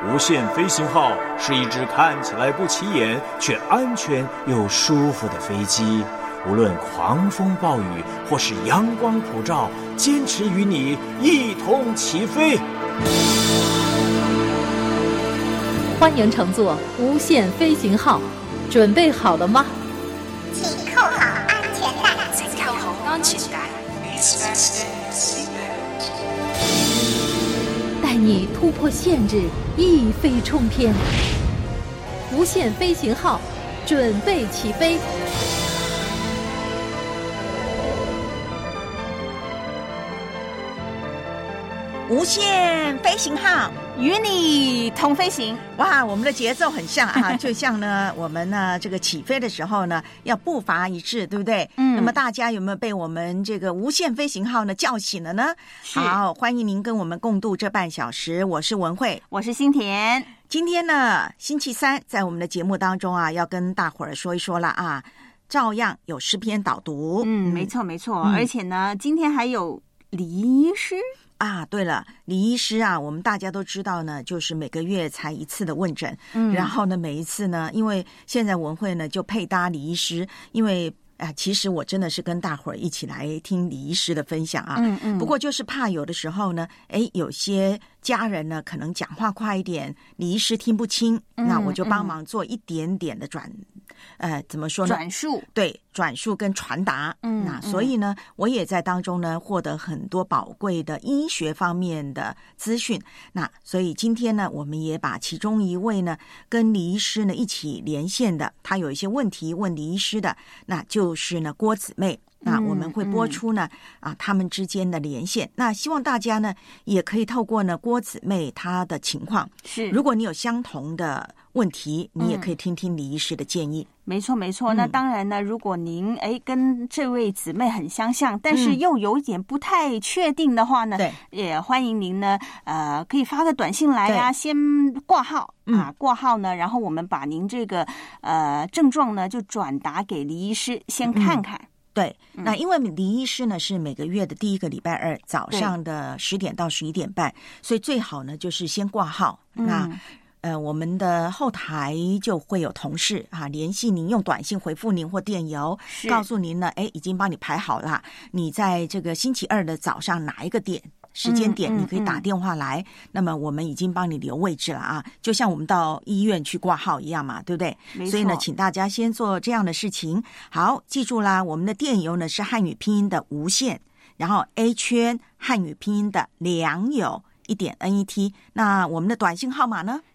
无限飞行号是一只看起来不起眼却安全又舒服的飞机，无论狂风暴雨或是阳光普照，坚持与你一同起飞。 欢迎乘坐无限飞行号，准备好了吗？ 请扣好安全带。 请扣好安全带。 带你突破限制，一飞冲天。无限飞行号，准备起飞。 无限飞行号与你同飞行。 哇，我们的节奏很像啊，就像呢，我们呢这个起飞的时候呢，要步伐一致，对不对？那么大家有没有被我们这个无限飞行号呢叫醒了呢？好，欢迎您跟我们共度这半小时。我是文慧， 我是新田。 今天呢，星期三，在我们的节目当中啊，要跟大伙儿说一说了啊，照样有诗篇导读。 没错没错，而且呢，今天还有李医师。 啊，对了，李医师啊，我们大家都知道呢，就是每个月才一次的问诊，然后呢，每一次呢，因为现在文慧呢就配搭李医师，因为其实我真的是跟大伙儿一起来听李医师的分享啊，不过就是怕有的时候呢，有些家人呢可能讲话快一点，李医师听不清，那我就帮忙做一点点的怎么说呢？ 转述， 对，转述跟传达。那所以呢，我也在当中呢获得很多宝贵的医学方面的资讯。那所以今天呢，我们也把其中一位呢跟李医师呢一起连线的，他有一些问题问李医师的，那就是呢郭姊妹。那我们会播出呢他们之间的连线。那希望大家呢也可以透过呢郭姊妹她的情况， 是如果你有相同的问题，你也可以听听李医师的建议。 没错没错，那当然呢，如果您跟这位姊妹很相像，但是又有一点不太确定的话呢，也欢迎您呢可以发个短信来呀，先挂号挂号呢，然后我们把您这个症状呢就转达给李医师先看看。 对，那因为李医师呢是每个月的第一个礼拜二早上的10点到11点半，所以最好呢就是先挂号。那我们的后台就会有同事联系您，用短信回复您或电邮，告诉您呢，已经帮你排好了，你在这个星期二的早上哪一个时间点你可以打电话来，那么我们已经帮你留位置了啊，就像我们到医院去挂号一样嘛，对不对？所以呢，请大家先做这样的事情。好，记住啦，我们的电邮呢是汉语拼音的无限，然后 A 圈汉语拼音的良友1.net。那我们的短信号码呢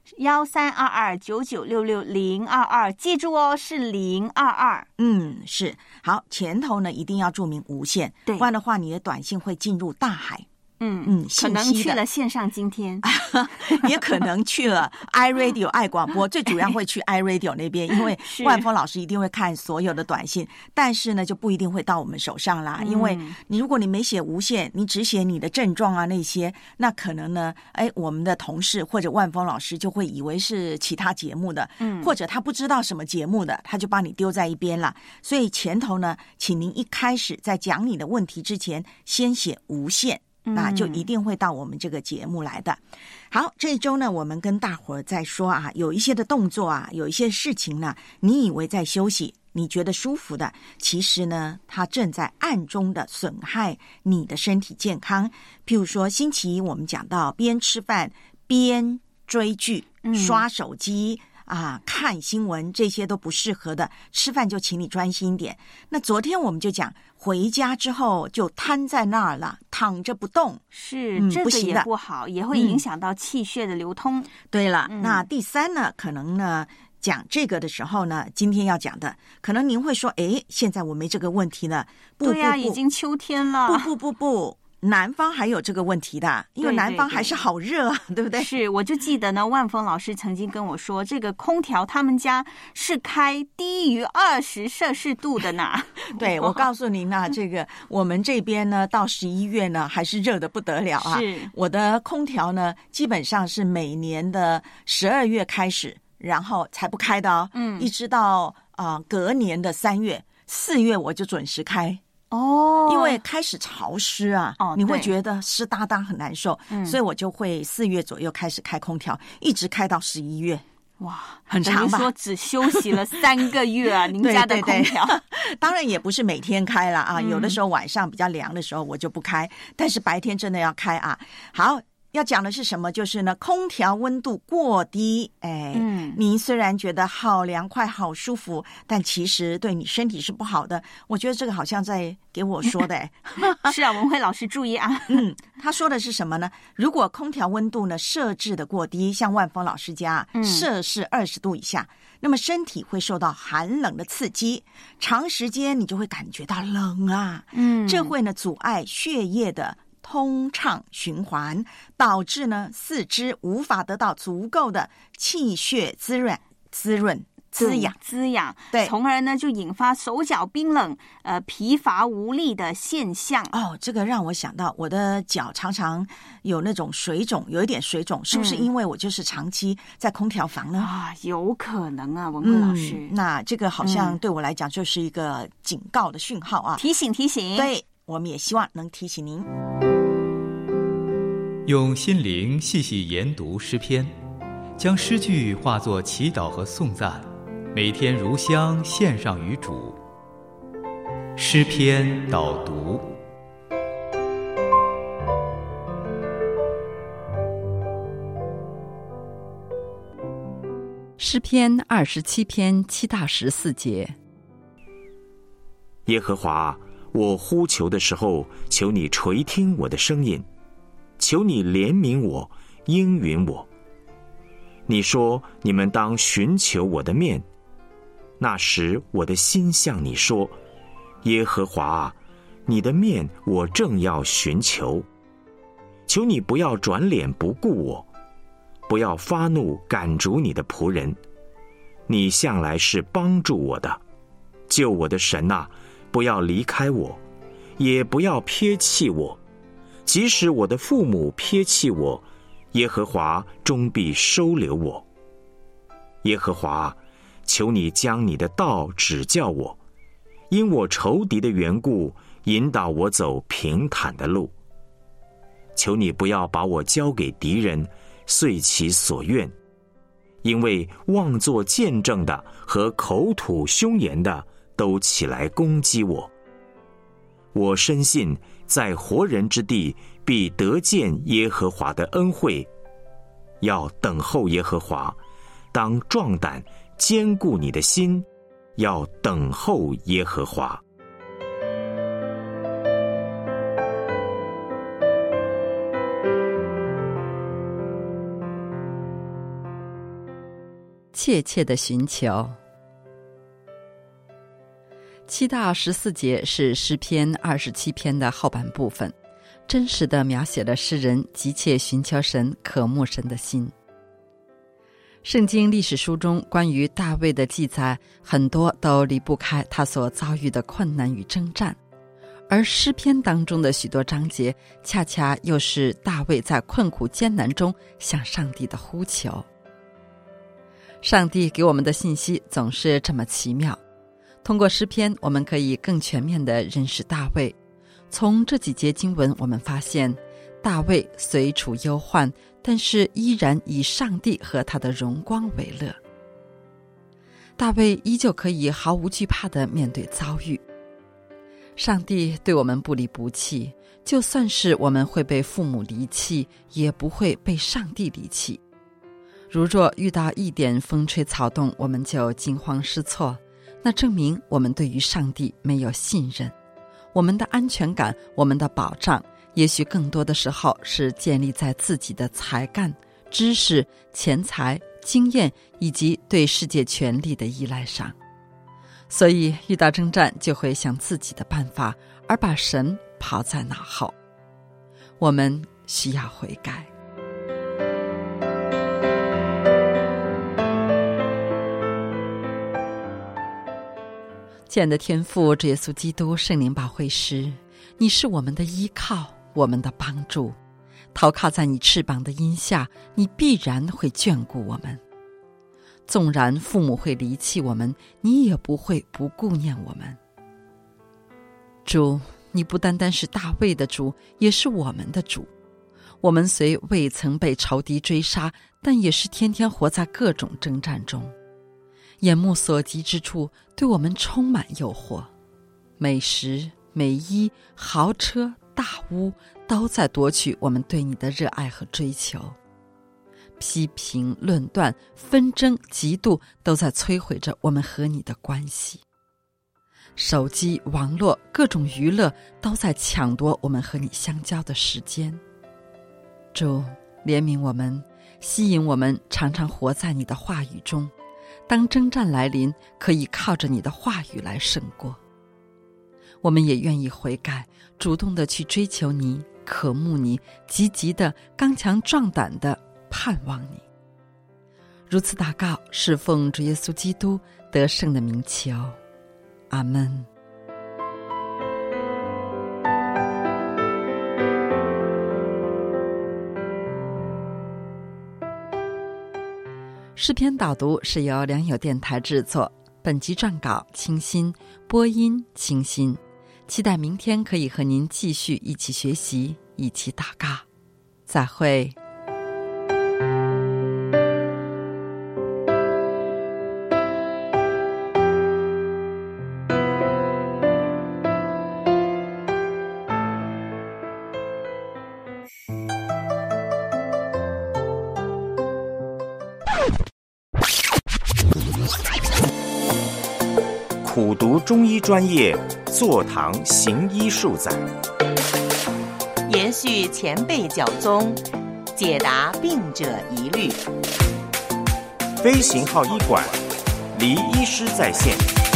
？132299660022，记住哦，是022。 是。好，前头呢一定要注明无限， 对， 不然的话你的短信会进入大海。 可能去了线上今天也可能去了 iRadio 爱广播，最主要会去 iRadio 那边，因为万峰老师一定会看所有的短信，但是呢就不一定会到我们手上啦，因为如果你没写无限，你只写你的症状啊那些，那可能呢我们的同事或者万峰老师就会以为是其他节目的，或者他不知道什么节目的，他就把你丢在一边了。所以前头呢，请您一开始在讲你的问题之前先写无限，那就一定会到我们这个节目来的。好，这一周呢，我们跟大伙儿在说有一些的动作有一些事情呢，你以为在休息，你觉得舒服的，其实呢，它正在暗中的损害你的身体健康。譬如说，星期一我们讲到边吃饭边追剧、刷手机看新闻，这些都不适合的，吃饭就请你专心一点。那昨天我们就讲回家之后就瘫在那儿了，躺着不动， 这个也不好，也会影响到气血的流通。 对了，那第三呢，可能呢讲这个的时候呢，今天要讲的，可能您会说，现在我没这个问题了。 对呀，已经秋天了。 不。南方还有这个问题的，因为南方还是好热啊， 对不对？ 是，我就记得呢，万峰老师曾经跟我说，这个空调他们家是开低于20摄氏度的呢。 对，我告诉您这个我们这边呢，到11月呢，还是热得不得了啊。 是， 我的空调呢，基本上是每年的12月开始，然后才不开的哦。一直到隔年的3月、4月我就准时开。 因为开始潮湿啊，你会觉得湿哒哒很难受，所以我就会4月左右开始开空调，一直开到11月。 哇， 很长吧？ 等于说只休息了3个月啊！您家的空调， 对，当然也不是每天开了啊，有的时候晚上比较凉的时候我就不开，但是白天真的要开啊。好，要讲的是什么？就是呢，空调温度过低，您虽然觉得好凉快、好舒服，但其实对你身体是不好的。我觉得这个好像在给我说的， 是啊，文慧老师注意啊。 他说的是什么呢？如果空调温度呢设置的过低，像万峰老师家摄氏20度以下，那么身体会受到寒冷的刺激，长时间你就会感觉到冷啊，这会呢阻碍血液的通畅循环，导致呢四肢无法得到足够的气血滋养，对， 从而呢就引发手脚冰冷、疲乏无力的现象。 这个让我想到我的脚常常有那种水肿，有一点水肿，是不是因为我就是长期在空调房呢？ 有可能啊，文慧老师。 那这个好像对我来讲就是一个警告的讯号啊， 提醒。 对，我们也希望能提醒您。 用心灵细细研读诗篇，将诗句化作祈祷和颂赞，每天如香献上于主。诗篇导读。 诗篇27篇7到14节。 耶和华，我呼求的时候，求你垂听我的声音，求你怜悯我，应允我。你说你们当寻求我的面，那时我的心向你说，耶和华，你的面我正要寻求。求你不要转脸不顾我，不要发怒赶逐你的仆人。你向来是帮助我的，救我的神啊，不要离开我，也不要撇弃我。即使我的父母撇弃我，耶和华终必收留我。耶和华，求你将你的道指教我，因我仇敌的缘故，引导我走平坦的路。求你不要把我交给敌人，遂其所愿，因为妄作见证的和口吐凶言的都起来攻击我。我深信在活人之地必得见耶和华的恩惠，要等候耶和华，当壮胆，坚固你的心，要等候耶和华。 切切的寻求。7到14节是诗篇27篇的后半部分，真实地描写了诗人急切寻求神、渴慕神的心。圣经历史书中关于大卫的记载，很多都离不开他所遭遇的困难与征战，而诗篇当中的许多章节，恰恰又是大卫在困苦艰难中向上帝的呼求。上帝给我们的信息总是这么奇妙，通过诗篇，我们可以更全面地认识大卫。从这几节经文，我们发现大卫虽处忧患，但是依然以上帝和他的荣光为乐。大卫依旧可以毫无惧怕地面对遭遇。上帝对我们不离不弃，就算是我们会被父母离弃，也不会被上帝离弃。如若遇到一点风吹草动，我们就惊慌失措，那证明我们对于上帝没有信任。我们的安全感，我们的保障，也许更多的时候是建立在自己的才干、知识、钱财、经验以及对世界权力的依赖上。所以遇到征战就会想自己的办法，而把神抛在脑后。我们需要悔改。亲爱的天父，主耶稣基督圣灵保惠师，你是我们的依靠，我们的帮助。投靠在你翅膀的荫下，你必然会眷顾我们。纵然父母会离弃我们，你也不会不顾念我们。 主，你不单单是大卫的主，也是我们的主。我们虽未曾被仇敌追杀，但也是天天活在各种征战中，眼目所及之处对我们充满诱惑，美食、美衣、豪车、大屋都在夺取我们对你的热爱和追求。批评、论断、纷争、嫉妒都在摧毁着我们和你的关系。手机、网络、各种娱乐都在抢夺我们和你相交的时间。主，怜悯我们，吸引我们常常活在你的话语中，当征战来临，可以靠着你的话语来胜过。我们也愿意悔改，主动地去追求你，渴慕你，积极的、刚强壮胆的盼望你。如此祷告，是奉主耶稣基督得胜的名求，阿们。诗篇导读是由良友电台制作，本集撰稿清新，播音清新。期待明天可以和您继续一起学习，一起祷告。再会。 苦读中医专业，坐堂行医数载， 延续前辈教宗，解答病者疑虑。 飞行号医馆，黎医师在线。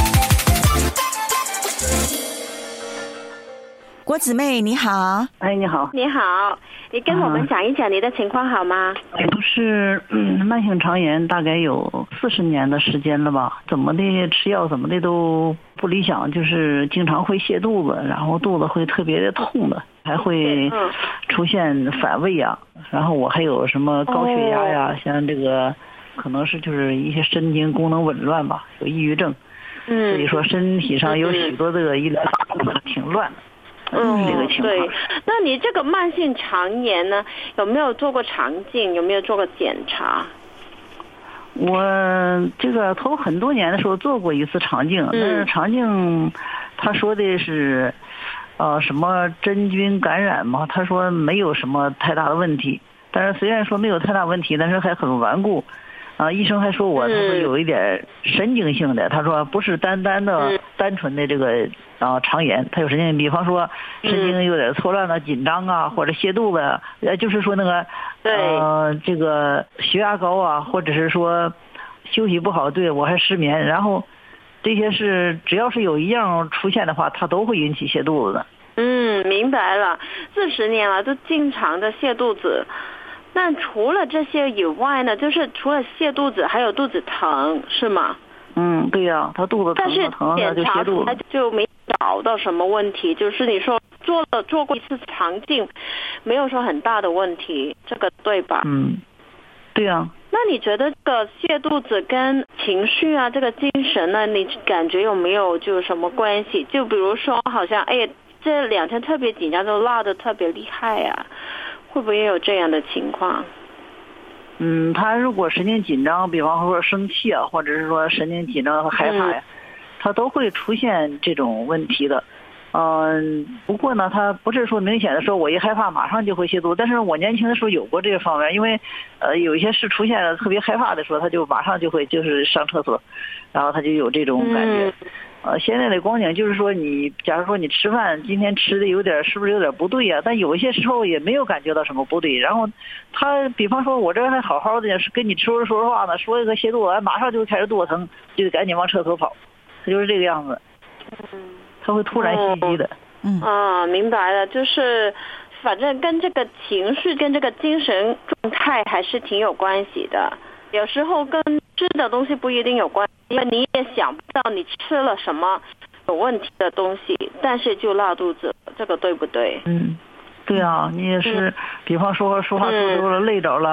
郭姊妹你好。 哎，你好。 你好，你跟我们讲一讲你的情况好吗？ 都是慢性肠炎，大概有40年的时间了吧，怎么的吃药怎么的都不理想，就是经常会泻肚子，然后肚子会特别的痛的，还会出现反胃啊，然后我还有什么高血压呀，像这个可能是就是一些神经功能紊乱吧，有抑郁症，所以说身体上有许多这个医疗挺乱的。这个情况。 对，那你这个慢性肠炎呢，有没有做过肠镜？有没有做过检查？ 我这个头很多年的时候做过一次肠镜，但是肠镜他说的是什么真菌感染嘛，他说没有什么太大的问题，但是虽然说没有太大问题，但是还很顽固。医生还说我他说有一点神经性的，他说不是单纯的这个肠炎，他有神经，比方说神经有点错乱了、紧张啊，或者泻肚子，就是说那个这个血压高啊，或者是说休息不好，对我还失眠，然后这些是只要是有一样出现的话，它都会引起泻肚子的。 明白了，40年了都经常的泻肚子。那除了这些以外呢，就是除了泻肚子还有肚子疼是吗？ 对呀，他肚子疼，但是检查出来就没找到什么问题，就是你说做过一次肠镜，没有说很大的问题，这个对吧？ 对呀。 那你觉得这个泻肚子跟情绪啊，这个精神呢，你感觉有没有就什么关系？就比如说好像这2天特别紧张，就辣得特别厉害啊，会不会有这样的情况？ 他如果神经紧张，比方说生气啊，或者是说神经紧张和害怕呀，他都会出现这种问题的。不过呢，他不是说明显的说我一害怕马上就会泻肚，但是我年轻的时候有过这个方面，因为有一些事出现了特别害怕的时候，他就马上就会就是上厕所，然后他就有这种感觉。现在的光景就是说，你假如说你吃饭今天吃的是不是有点不对呀？但有些时候也没有感觉到什么不对。然后他比方说我这还好好的，是跟你说话呢，说一个泻肚子，马上就开始肚子疼，就赶紧往厕所跑，他就是这个样子。他会突然袭击的。 明白了，就是反正跟这个情绪跟这个精神状态还是挺有关系的。有时候跟吃的东西不一定有关系，因为你也想不到你吃了什么有问题的东西，但是就拉肚子，这个对不对？ 对啊，你也是，比方说说话肚子了，累着了，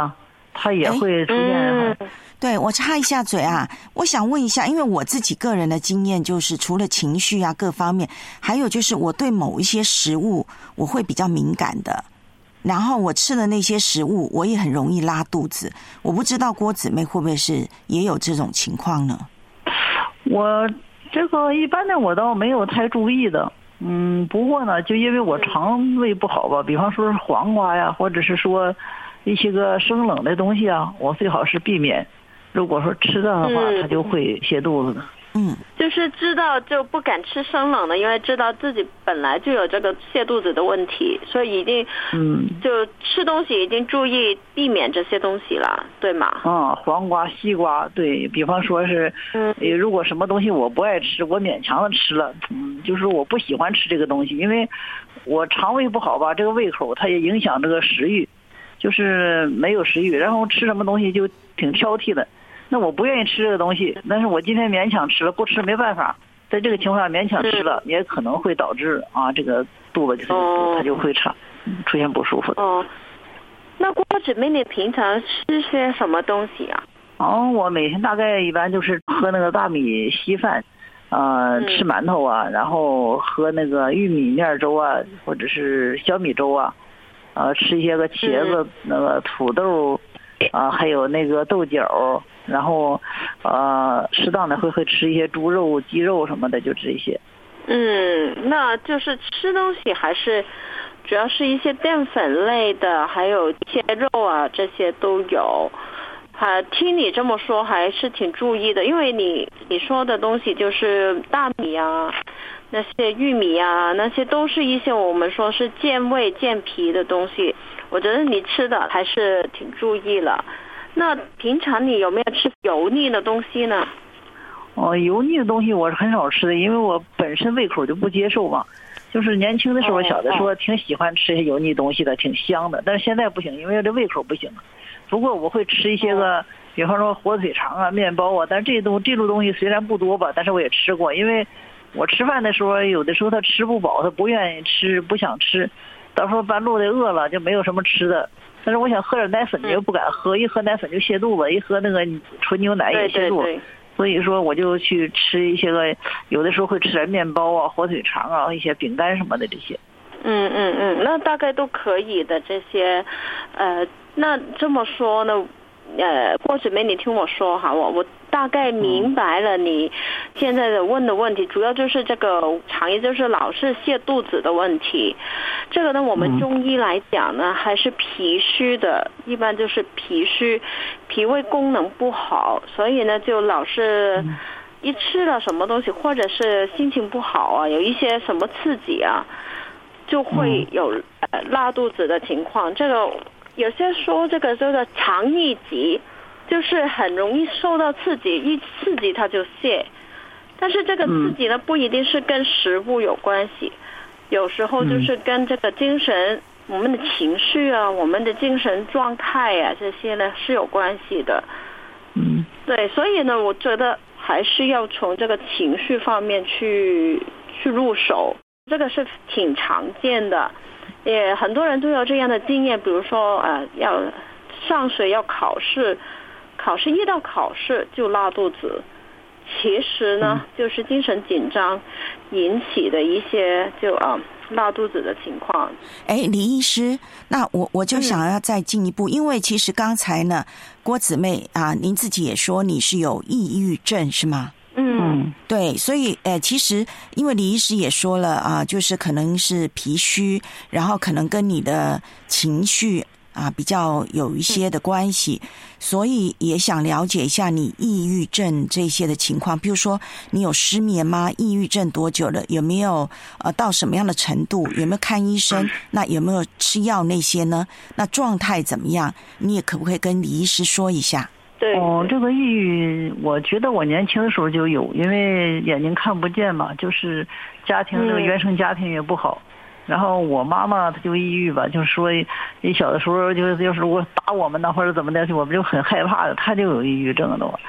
它也会出现。 对，我插一下嘴啊，我想问一下，因为我自己个人的经验就是，除了情绪啊各方面，还有就是我对某一些食物我会比较敏感的，然后我吃的那些食物我也很容易拉肚子。我不知道郭姊妹会不会是也有这种情况呢？ 我这个一般的我倒没有太注意的，不过呢，就因为我肠胃不好吧，比方说是黄瓜呀，或者是说一些个生冷的东西啊，我最好是避免。如果说吃的话，它就会泻肚子的。 就是知道就不敢吃生冷的，因为知道自己本来就有这个泻肚子的问题，所以一定就吃东西一定注意避免这些东西了，对吗？ 黄瓜、西瓜，对，比方说是，如果什么东西我不爱吃，我勉强的吃了，就是我不喜欢吃这个东西，因为我肠胃不好吧，这个胃口它也影响这个食欲，就是没有食欲，然后吃什么东西就挺挑剔的。那我不愿意吃这个东西，但是我今天勉强吃了，不吃没办法，在这个情况下勉强吃了，也可能会导致这个肚子它就会出现不舒服的。 那郭姊妹你平常吃些什么东西啊？ 我每天大概一般就是喝那个大米稀饭，吃馒头啊，然后喝那个玉米面粥啊，或者是小米粥啊，吃一些个茄子、那个土豆还有那个豆角，然后适当的会吃一些猪肉、鸡肉什么的，就这些。 那就是吃东西还是主要是一些淀粉类的，还有一些肉啊，这些都有。听你这么说还是挺注意的，因为你说的东西就是大米啊，那些玉米啊，那些都是一些我们说是健胃健脾的东西，我觉得你吃的还是挺注意了。那平常你有没有吃油腻的东西呢？ 油腻的东西我是很少吃的，因为我本身胃口就不接受嘛。就是年轻的时候、小的时候挺喜欢吃些油腻东西的，挺香的，但是现在不行，因为这胃口不行。不过我会吃一些个，比方说火腿肠啊、面包啊，但是这类东西虽然不多吧，但是我也吃过，因为我吃饭的时候有的时候他吃不饱，他不愿意吃，不想吃，到时候半路的饿了就没有什么吃的。但是我想喝点奶粉就不敢喝，一喝奶粉就泻肚子，一喝那个纯牛奶也泻肚子。所以说我就去吃一些个，有的时候会吃点面包啊、火腿肠啊、一些饼干什么的这些。 那大概都可以的这些。那这么说呢，郭姊妹你听我说哈，我大概明白了你现在的问题，主要就是这个肠炎就是老是泻肚子的问题。这个呢我们中医来讲呢，还是脾虚的，一般就是脾虚，脾胃功能不好，所以呢就老是一吃了什么东西，或者是心情不好啊，有一些什么刺激啊，就会有拉肚子的情况。这个有些说这个肠易急，就是很容易受到刺激，一刺激它就泻。但是这个刺激呢，不一定是跟食物有关系，有时候就是跟这个精神、我们的情绪啊、我们的精神状态啊这些呢是有关系的。对，所以呢，我觉得还是要从这个情绪方面去入手，这个是挺常见的。也很多人都有这样的经验，比如说要上学要考试一到考试就拉肚子，其实呢就是精神紧张引起的一些拉肚子的情况。 李医师，那我就想要再进一步，因为其实刚才呢郭姊妹您自己也说你是有抑郁症是吗？对，所以其实因为李医师也说了就是可能是脾虚，然后可能跟你的情绪比较有一些的关系，所以也想了解一下你抑郁症这些的情况，比如说你有失眠吗？抑郁症多久了？有没有到什么样的程度？有没有看医生？那有没有吃药那些呢？那状态怎么样？你也可不可以跟李医师说一下？ 对， 这个抑郁，我觉得我年轻的时候就有，因为眼睛看不见嘛，就是家庭这个原生家庭也不好，然后我妈妈她就抑郁吧，就是说你小的时候就是如果打我们呢或者怎么的，我们就很害怕的，她就有抑郁症的嘛。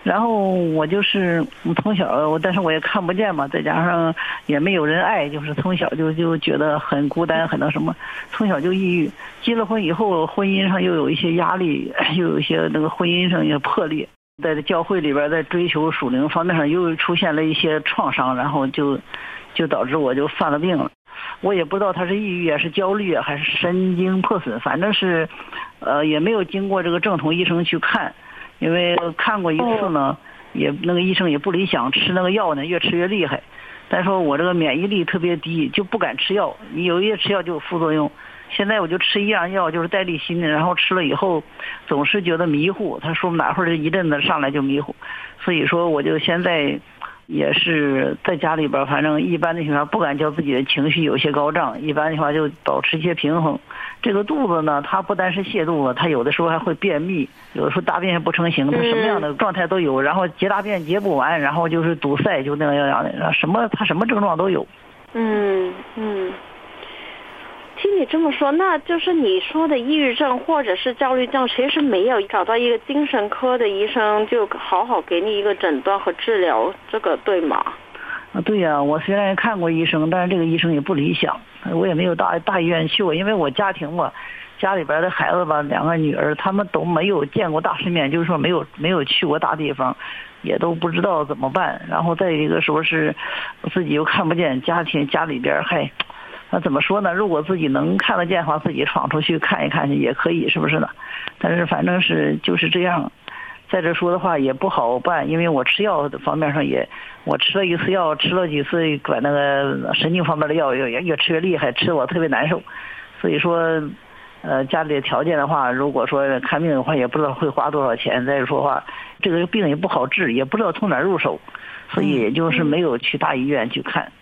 然后我就是从小，但是我也看不见嘛，再加上也没有人爱，就是从小就觉得很孤单，很那什么，从小就抑郁。结了婚以后，婚姻上又有一些压力，又有一些那个婚姻上也破裂，在教会里边在追求属灵方面上又出现了一些创伤，然后就导致我就犯了病了。我也不知道他是抑郁啊，是焦虑啊，还是神经破损，反正是也没有经过这个正统医生去看。因为看过一次呢，也那个医生也不理想，吃那个药呢越吃越厉害。但说我这个免疫力特别低，就不敢吃药，你有一些吃药就有副作用。现在我就吃一样药，就是代利辛的，然后吃了以后总是觉得迷糊，他说哪会儿一阵子上来就迷糊，所以说我就现在也是在家里边，反正一般的情况不敢叫自己的情绪有些高涨，一般的话就保持一些平衡。这个肚子呢，它不单是泻肚子，它有的时候还会便秘，有的时候大便不成形，它什么样的状态都有，然后结大便结不完，然后就是堵塞，就那样的，它什么症状都有。 听你这么说，那就是你说的抑郁症或者是焦虑症，其实没有找到一个精神科的医生就好好给你一个诊断和治疗，这个对吗？ 对呀，我虽然也看过医生，但是这个医生也不理想，我也没有大医院去过，因为我家庭吧，家里边的孩子吧，2个女儿，他们都没有见过大世面，就是说没有去过大地方，也都不知道怎么办。然后再一个说是自己又看不见，家里边还那怎么说呢？如果自己能看得见的话，自己闯出去看一看去也可以，是不是呢？但是反正是就是这样。再者说的话也不好办，因为我吃药的方面上我吃了一次药，吃了几次管那个神经方面的药，越吃越厉害，吃得我特别难受。所以说家里的条件的话，如果说看病的话也不知道会花多少钱，再说的话这个病也不好治，也不知道从哪入手，所以也就是没有去大医院去看。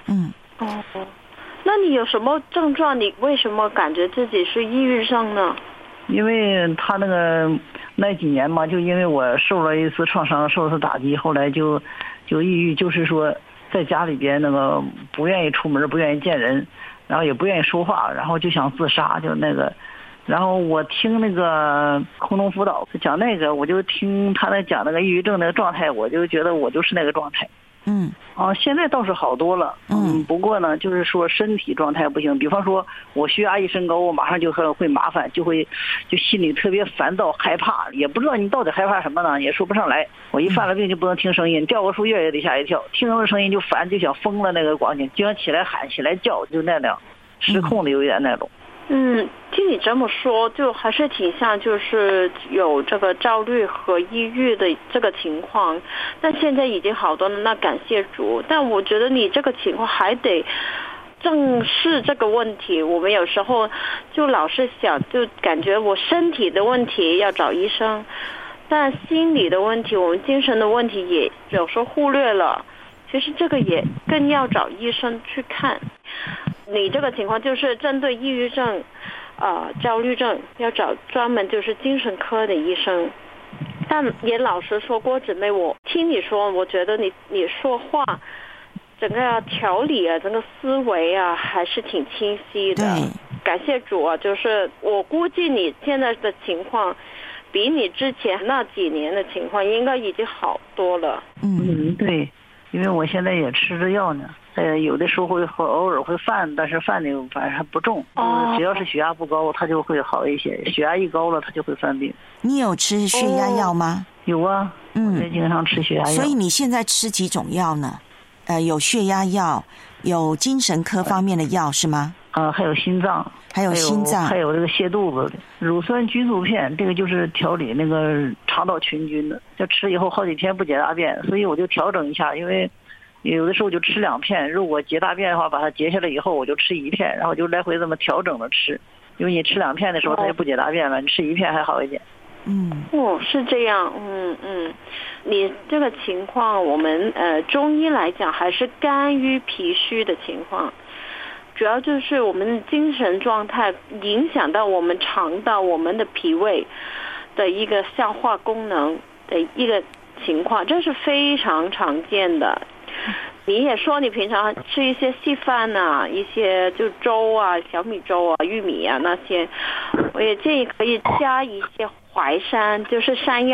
那你有什么症状？你为什么感觉自己是抑郁症呢？ 因为他那几年嘛，就因为我受了一次创伤，受了一次打击，后来就抑郁，就是说在家里边那个不愿意出门，不愿意见人，然后也不愿意说话，然后就想自杀，就那个。然后我听那个空中辅导讲那个，我就听他在讲那个抑郁症那个状态，我就觉得我就是那个状态。现在倒是好多了。不过呢，就是说身体状态不行。比方说我血压一升高，我马上就会麻烦，就心里特别烦躁害怕，也不知道你到底害怕什么呢，也说不上来。我一犯了病就不能听声音，掉个树叶也得吓一跳，听到声音就烦，就想疯了那个光景，就想起来喊起来叫，就那样失控的有点那种。 听你这么说，就还是挺像，就是有这个焦虑和抑郁的这个情况，但现在已经好多了，那感谢主。但我觉得你这个情况还得正视这个问题。我们有时候就老是想，就感觉我身体的问题要找医生，但心理的问题，我们精神的问题也有时候忽略了。其实这个也更要找医生去看。你这个情况就是针对抑郁症、焦虑症，要找专门就是精神科的医生。但也老实说，郭姊妹，我听你说，我觉得你说话整个条理啊，整个思维啊，还是挺清晰的。感谢主啊！就是我估计你现在的情况，比你之前那几年的情况应该已经好多了。 对，因为我现在也吃着药呢。有的时候偶尔会犯，但是犯的反正还不重。只要是血压不高，它就会好一些。血压一高了，它就会犯病。 你有吃血压药吗？ 有啊，我也经常吃血压药。 所以你现在吃几种药呢？有血压药，有精神科方面的药是吗？ 还有心脏，还有这个泻肚子的乳酸菌素片，这个就是调理那个肠道菌群的。就吃以后好几天不解大便，所以我就调整一下，因为有的时候就吃2片，如果结大便的话，把它结下来以后，我就吃1片，然后就来回这么调整着吃。因为你吃2片的时候，它就不解大便了，你吃1片还好一点。 是这样。你这个情况，我们中医来讲还是肝郁脾虚的情况，主要就是我们精神状态影响到我们肠道、我们的脾胃的一个消化功能的一个情况，这是非常常见的。你也说你平常吃一些稀饭啊，一些就粥啊、小米粥啊、玉米啊那些，我也建议可以加一些淮山，就是山药，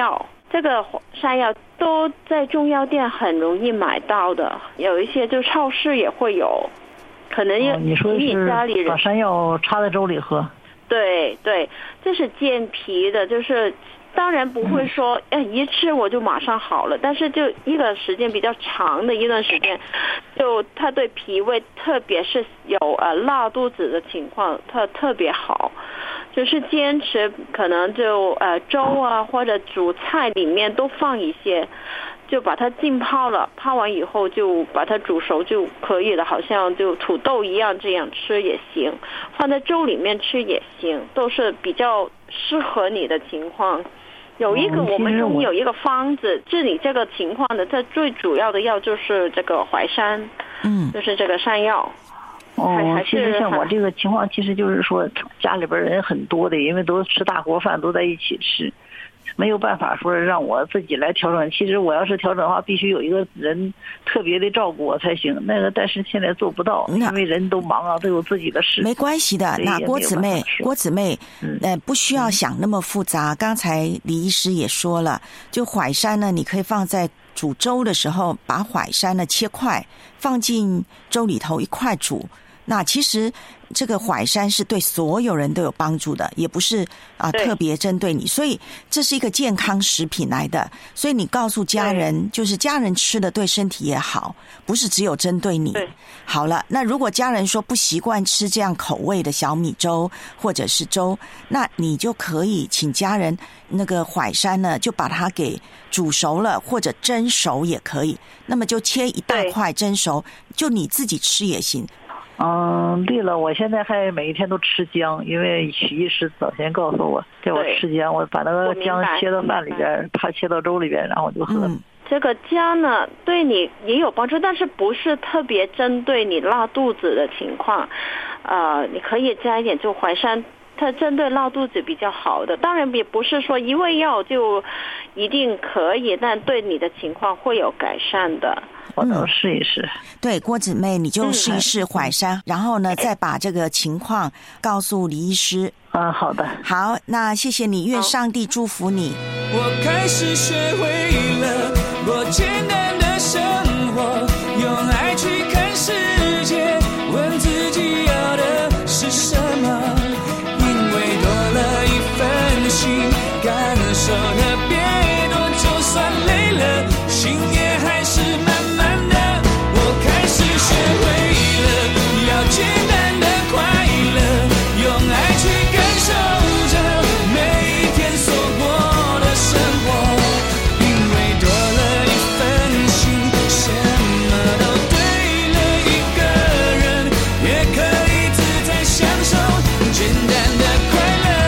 这个山药都在中药店很容易买到的，有一些就超市也会有，可能你说是家里人把山药插在粥里喝。 对对，这是健脾的，就是当然不会说一吃我就马上好了，但是就一个时间比较长的一段时间，就它对脾胃，特别是有拉肚子的情况，它特别好。就是坚持可能就粥啊或者煮菜里面都放一些，就把它浸泡了，泡完以后就把它煮熟就可以了，好像就土豆一样，这样吃也行，放在粥里面吃也行，都是比较适合你的情况。有一个我们中医有一个方子治理这个情况的，它最主要的药就是这个淮山，就是这个山药。 其实像我这个情况，其实就是说家里边人很多的，因为都吃大锅饭，都在一起吃，没有办法说让我自己来调整。其实我要是调整的话，必须有一个人特别的照顾我才行。但是现在做不到，因为人都忙啊，都有自己的事。 没关系的，那郭姊妹，不需要想那么复杂。刚才李医师也说了，就淮山呢，你可以放在煮粥的时候，把淮山呢切块，放进粥里头一块煮。那其实这个淮山是对所有人都有帮助的，也不是特别针对你，所以这是一个健康食品来的。所以你告诉家人，就是家人吃的对身体也好，不是只有针对你。好了，那如果家人说不习惯吃这样口味的小米粥或者是粥，那你就可以请家人那个淮山呢，就把它给煮熟了或者蒸熟也可以，那么就切一大块蒸熟，就你自己吃也行。 对了，我现在还每一天都吃姜，因为许医师早先告诉我叫我吃姜，我把那个姜切到饭里边，怕切到粥里边，然后我就喝。 这个姜呢对你也有帮助，但是不是特别针对你拉肚子的情况，你可以加一点就淮山，它针对拉肚子比较好的。当然也不是说一味药就一定可以，但对你的情况会有改善的。 我能试一试。 对，郭姊妹你就试一试淮山，然后呢再把这个情况告诉李医师。 好的。 好，那谢谢你，愿上帝祝福你。 我开始学会了过简单的生活，用爱去看世界，问自己要的是什么，因为多了一份心，感受的别多，就算累了心也还是慢慢的。我开始学会了要简单的快乐，用爱去感受着每一天所过的生活，因为多了一份心，什么都对了一个人，也可以自在享受简单的快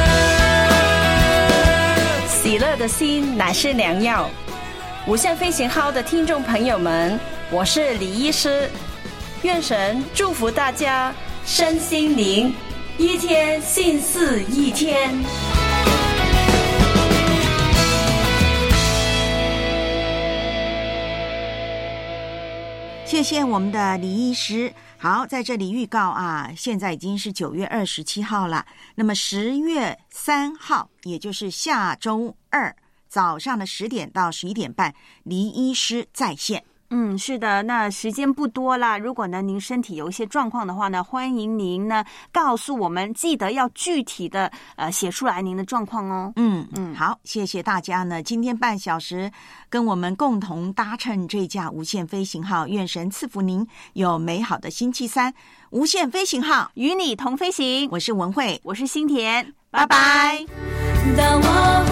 乐。 喜乐的心乃是良药。无限飞行号的听众朋友们，我是李医师，愿神祝福大家身心灵一天新似一天。 谢谢我们的李医师。好，在这里预告现在已经是9月27号了，那么10月3号也就是下周二早上的10点到11点半，李医师在线。 是的，那时间不多啦。如果呢您身体有一些状况的话呢，欢迎您呢告诉我们，记得要具体的写出来您的状况哦。 好，谢谢大家呢，今天半小时跟我们共同搭乘这架无限飞行号，愿神赐福您有美好的星期三。无限飞行号与你同飞行， 我是文慧， 我是心田， 拜拜。 当我